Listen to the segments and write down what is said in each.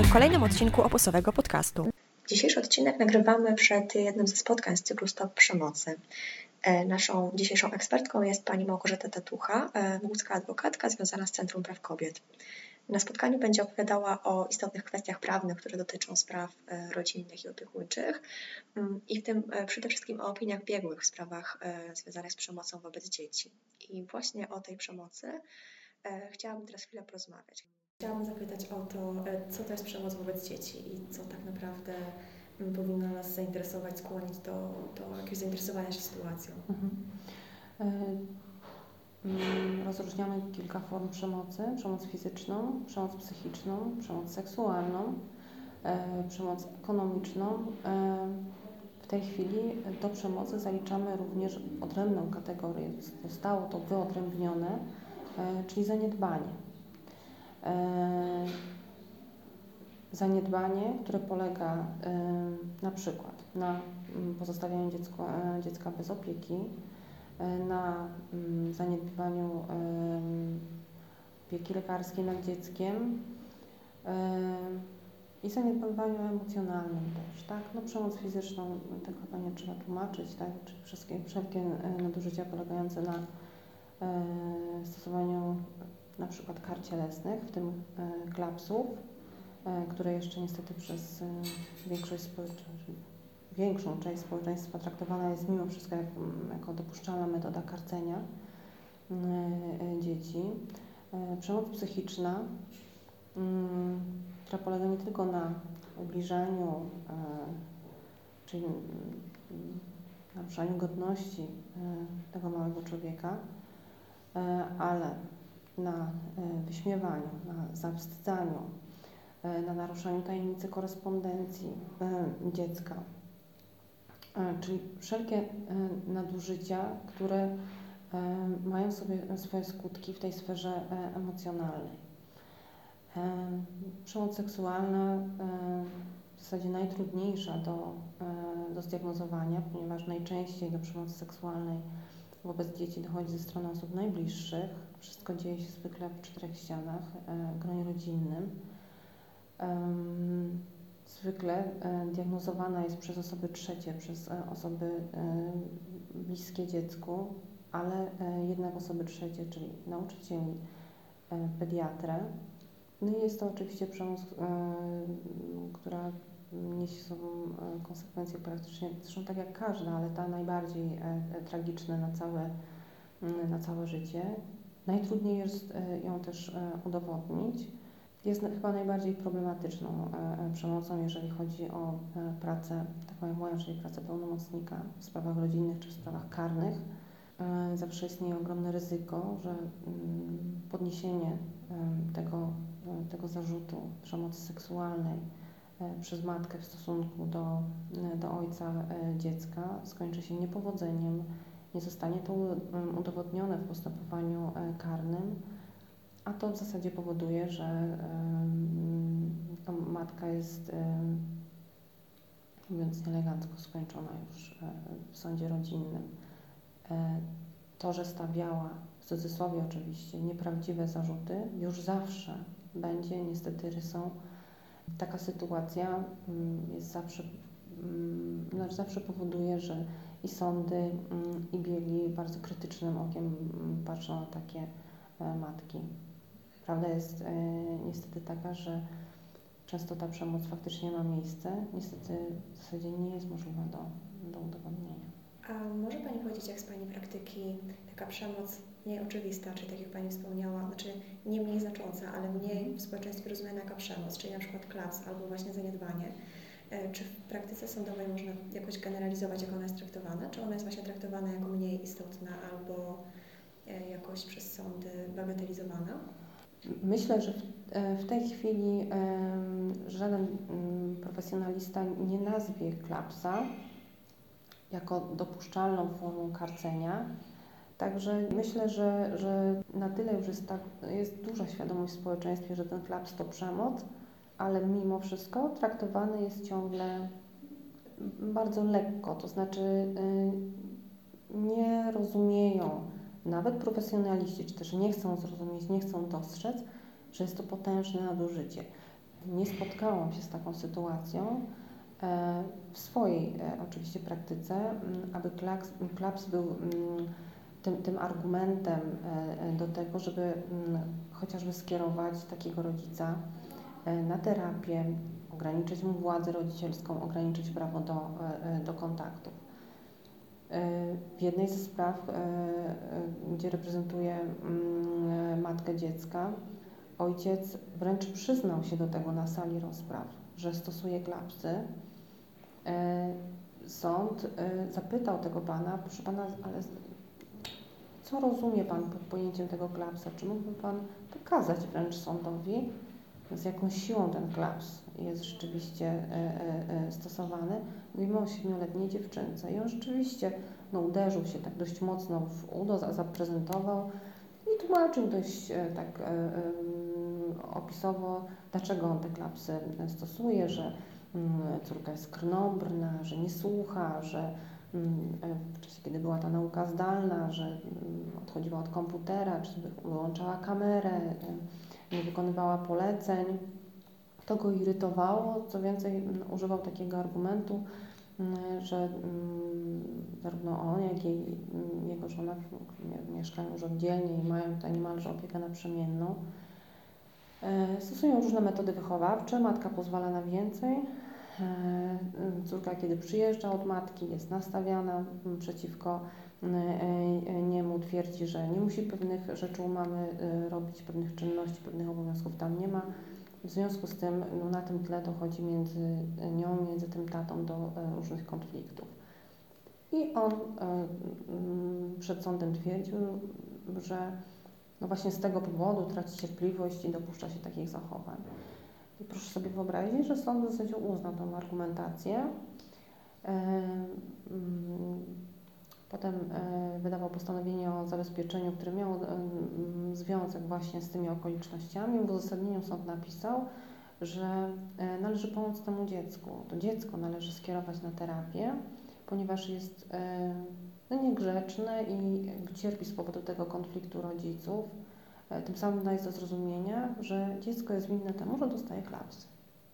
w kolejnym odcinku Opusowego Podcastu. Dzisiejszy odcinek nagrywamy przed jednym ze spotkań z cyklu Stop Przemocy. Naszą dzisiejszą ekspertką jest pani Małgorzata Tatucha, łódzka adwokatka związana z Centrum Praw Kobiet. Na spotkaniu będzie opowiadała o istotnych kwestiach prawnych, które dotyczą spraw rodzinnych i opiekuńczych i w tym przede wszystkim o opiniach biegłych w sprawach związanych z przemocą wobec dzieci. I właśnie o tej przemocy chciałabym teraz chwilę porozmawiać. Chciałabym zapytać o to, co to jest przemoc wobec dzieci i co tak naprawdę powinno nas zainteresować, skłonić do jakiegoś zainteresowania się sytuacją. Rozróżniamy kilka form przemocy. Przemoc fizyczną, przemoc psychiczną, przemoc seksualną, przemoc ekonomiczną. W tej chwili do przemocy zaliczamy również odrębną kategorię. Zostało to wyodrębnione, czyli zaniedbanie. Zaniedbanie, które polega na przykład na pozostawianiu dziecka bez opieki, na zaniedbywaniu opieki lekarskiej nad dzieckiem i zaniedbywaniu emocjonalnym też, tak? No, przemoc fizyczną, tego chyba nie trzeba tłumaczyć, tak? Czyli wszelkie nadużycia polegające na stosowaniu na przykład kar cielesnych, w tym klapsów, które jeszcze niestety przez większą część społeczeństwa traktowana jest mimo wszystko jako dopuszczalna metoda karcenia dzieci. Przemoc psychiczna, która polega nie tylko na ubliżaniu, czyli naruszaniu godności tego małego człowieka, ale na wyśmiewaniu, na zawstydzaniu, na naruszaniu tajemnicy korespondencji dziecka. Czyli wszelkie nadużycia, które mają sobie swoje skutki w tej sferze emocjonalnej. Przemoc seksualna w zasadzie najtrudniejsza do zdiagnozowania, ponieważ najczęściej do przemocy seksualnej wobec dzieci dochodzi ze strony osób najbliższych. Wszystko dzieje się zwykle w 4 ścianach, gronie rodzinnym. Zwykle diagnozowana jest przez osoby trzecie, przez osoby bliskie dziecku, ale jednak osoby trzecie, czyli nauczycieli, pediatrę. No i jest to oczywiście przemoc, która niesie ze sobą konsekwencje praktycznie, zresztą tak jak każda, ale ta najbardziej tragiczna na całe życie. Najtrudniej jest ją też udowodnić. Jest chyba najbardziej problematyczną przemocą, jeżeli chodzi o pracę, taką jak moja, czyli pracę pełnomocnika w sprawach rodzinnych czy w sprawach karnych. Zawsze istnieje ogromne ryzyko, że podniesienie tego zarzutu przemocy seksualnej przez matkę w stosunku do ojca dziecka skończy się niepowodzeniem, nie zostanie to udowodnione w postępowaniu karnym, a to w zasadzie powoduje, że matka jest, mówiąc nieelegancko, skończona już w sądzie rodzinnym. To, że stawiała, w cudzysłowie oczywiście, nieprawdziwe zarzuty, już zawsze będzie niestety rysą. Taka sytuacja jest zawsze powoduje, że i sądy, i biegli bardzo krytycznym okiem patrzą na takie matki. Prawda jest niestety taka, że często ta przemoc faktycznie ma miejsce, niestety w zasadzie nie jest możliwa do udowodnienia. A może Pani powiedzieć, jak z Pani praktyki taka przemoc mniej oczywista, czyli tak jak Pani wspomniała, znaczy nie mniej znacząca, ale mniej w społeczeństwie rozumiana jako przemoc, czyli na przykład klaps albo właśnie zaniedbanie, czy w praktyce sądowej można jakoś generalizować, jak ona jest traktowana? Czy ona jest właśnie traktowana jako mniej istotna albo jakoś przez sądy bagatelizowana? Myślę, że w tej chwili żaden profesjonalista nie nazwie klapsa jako dopuszczalną formą karcenia. Także myślę, że na tyle już jest duża świadomość w społeczeństwie, że ten klaps to przemoc, ale mimo wszystko traktowany jest ciągle bardzo lekko, to znaczy nie rozumieją nawet profesjonaliści, czy też nie chcą zrozumieć, nie chcą dostrzec, że jest to potężne nadużycie. Nie spotkałam się z taką sytuacją w swojej oczywiście praktyce, aby klaps był tym argumentem do tego, żeby chociażby skierować takiego rodzica na terapię, ograniczyć mu władzę rodzicielską, ograniczyć prawo do kontaktów. W jednej ze spraw, gdzie reprezentuję matkę dziecka, ojciec wręcz przyznał się do tego na sali rozpraw, że stosuje klapsy. Sąd zapytał tego pana, proszę pana, ale co rozumie pan pod pojęciem tego klapsa? Czy mógłby pan pokazać wręcz sądowi, z jaką siłą ten klaps jest rzeczywiście stosowany? Mówimy o 7-letniej dziewczynce i on rzeczywiście uderzył się tak dość mocno w udo, zaprezentował i tłumaczył dość tak opisowo, dlaczego on te klapsy stosuje, że córka jest krnąbrna, że nie słucha, że w czasie, kiedy była ta nauka zdalna, że odchodziła od komputera, czy sobie wyłączała kamerę, nie wykonywała poleceń. To go irytowało. Co więcej, używał takiego argumentu, że zarówno on, jak i jego żona mieszkają już oddzielnie i mają tutaj niemalże opiekę naprzemienną. Stosują różne metody wychowawcze, matka pozwala na więcej. Córka, kiedy przyjeżdża od matki, jest nastawiana przeciwko niemu, twierdzi, że nie musi pewnych rzeczy u mamy robić, pewnych czynności, pewnych obowiązków tam nie ma. W związku z tym na tym tle dochodzi między nią, między tym tatą do różnych konfliktów. I on przed sądem twierdził, że właśnie z tego powodu traci cierpliwość i dopuszcza się takich zachowań. I proszę sobie wyobrazić, że sąd w zasadzie uznał tą argumentację. Potem wydawał postanowienie o zabezpieczeniu, które miało związek właśnie z tymi okolicznościami. W uzasadnieniu sąd napisał, że należy pomóc temu dziecku. To dziecko należy skierować na terapię, ponieważ jest niegrzeczne i cierpi z powodu tego konfliktu rodziców. Tym samym daje do zrozumienia, że dziecko jest winne temu, że dostaje klapsy.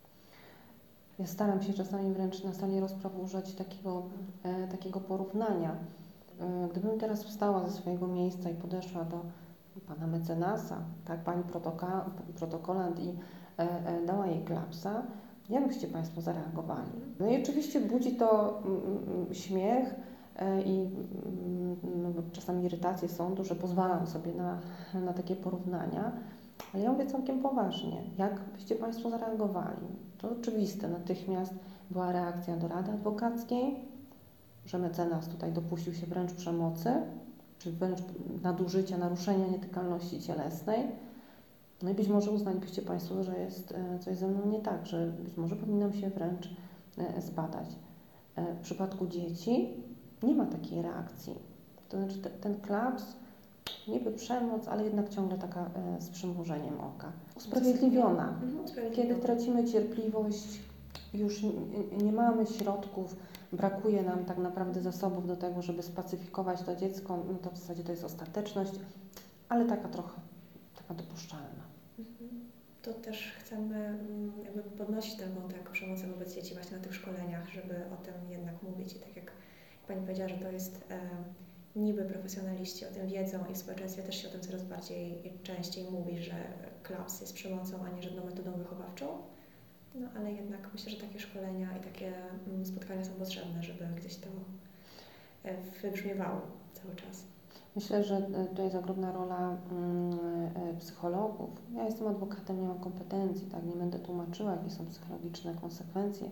Ja staram się czasami wręcz na sali rozpraw użyć takiego porównania. Gdybym teraz wstała ze swojego miejsca i podeszła do pana mecenasa, tak, pani protokolant i dała jej klapsa, jak byście państwo zareagowali? No i oczywiście budzi to śmiech i czasami irytację sądu, że pozwalam sobie na takie porównania, ale ja mówię całkiem poważnie. Jak byście państwo zareagowali? To oczywiste, natychmiast była reakcja do Rady Adwokackiej, że mecenas tutaj dopuścił się wręcz przemocy, czy wręcz nadużycia, naruszenia nietykalności cielesnej. No i być może uznalibyście państwo, że jest coś ze mną nie tak, że być może powinnam się wręcz zbadać. W przypadku dzieci nie ma takiej reakcji. To znaczy ten klaps, niby przemoc, ale jednak ciągle taka z przymrużeniem oka. Usprawiedliwiona. Kiedy tracimy cierpliwość, już nie mamy środków, brakuje nam tak naprawdę zasobów do tego, żeby spacyfikować to dziecko, no to w zasadzie to jest ostateczność, ale taka trochę, taka dopuszczalna. To też chcemy jakby podnosić ten wątek przemocy wobec dzieci właśnie na tych szkoleniach, żeby o tym jednak mówić. I tak jak Pani powiedziała, że to jest niby profesjonaliści o tym wiedzą i w społeczeństwie też się o tym coraz bardziej i częściej mówi, że klaps jest przemocą, a nie żadną metodą wychowawczą. No ale jednak myślę, że takie szkolenia i takie spotkania są potrzebne, żeby gdzieś to wybrzmiewało cały czas. Myślę, że to jest ogromna rola psychologów. Ja jestem adwokatem, nie mam kompetencji, tak, nie będę tłumaczyła, jakie są psychologiczne konsekwencje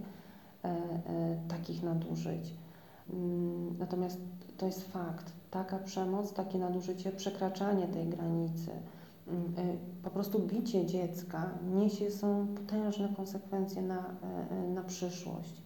takich nadużyć. Natomiast to jest fakt. Taka przemoc, takie nadużycie, przekraczanie tej granicy, po prostu bicie dziecka są potężne konsekwencje na przyszłość.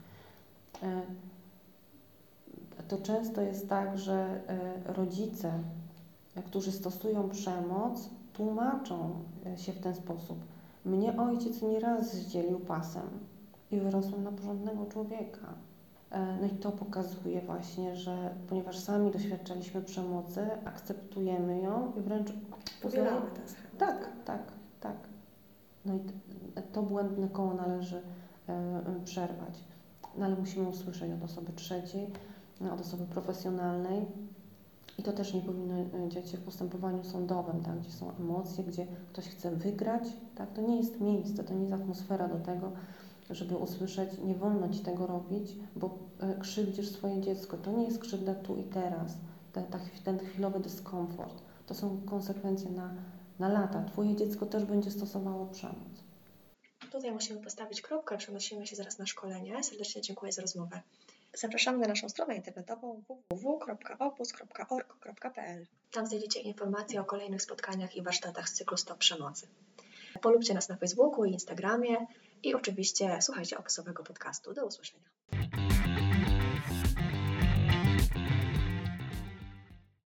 To często jest tak, że rodzice, którzy stosują przemoc, tłumaczą się w ten sposób. Mnie ojciec nieraz zdzielił pasem i wyrosłem na porządnego człowieka. No i to pokazuje właśnie, że ponieważ sami doświadczaliśmy przemocy, akceptujemy ją i wręcz powielamy tę schemę. Tak. No i to błędne koło należy przerwać. No ale musimy usłyszeć od osoby trzeciej, od osoby profesjonalnej. I to też nie powinno dziać się w postępowaniu sądowym, tak, gdzie są emocje, gdzie ktoś chce wygrać. Tak, to nie jest miejsce, to nie jest atmosfera do tego, żeby usłyszeć, nie wolno Ci tego robić, bo krzywdzisz swoje dziecko. To nie jest krzywda tu i teraz, ten chwilowy dyskomfort. To są konsekwencje na lata. Twoje dziecko też będzie stosowało przemoc. Tutaj musimy postawić kropkę, przenosimy się zaraz na szkolenie. Serdecznie dziękuję za rozmowę. Zapraszamy na naszą stronę internetową www.opus.org.pl. Tam znajdziecie informacje o kolejnych spotkaniach i warsztatach z cyklu Stop Przemocy. Polubcie nas na Facebooku i Instagramie i oczywiście słuchajcie opusowego podcastu. Do usłyszenia.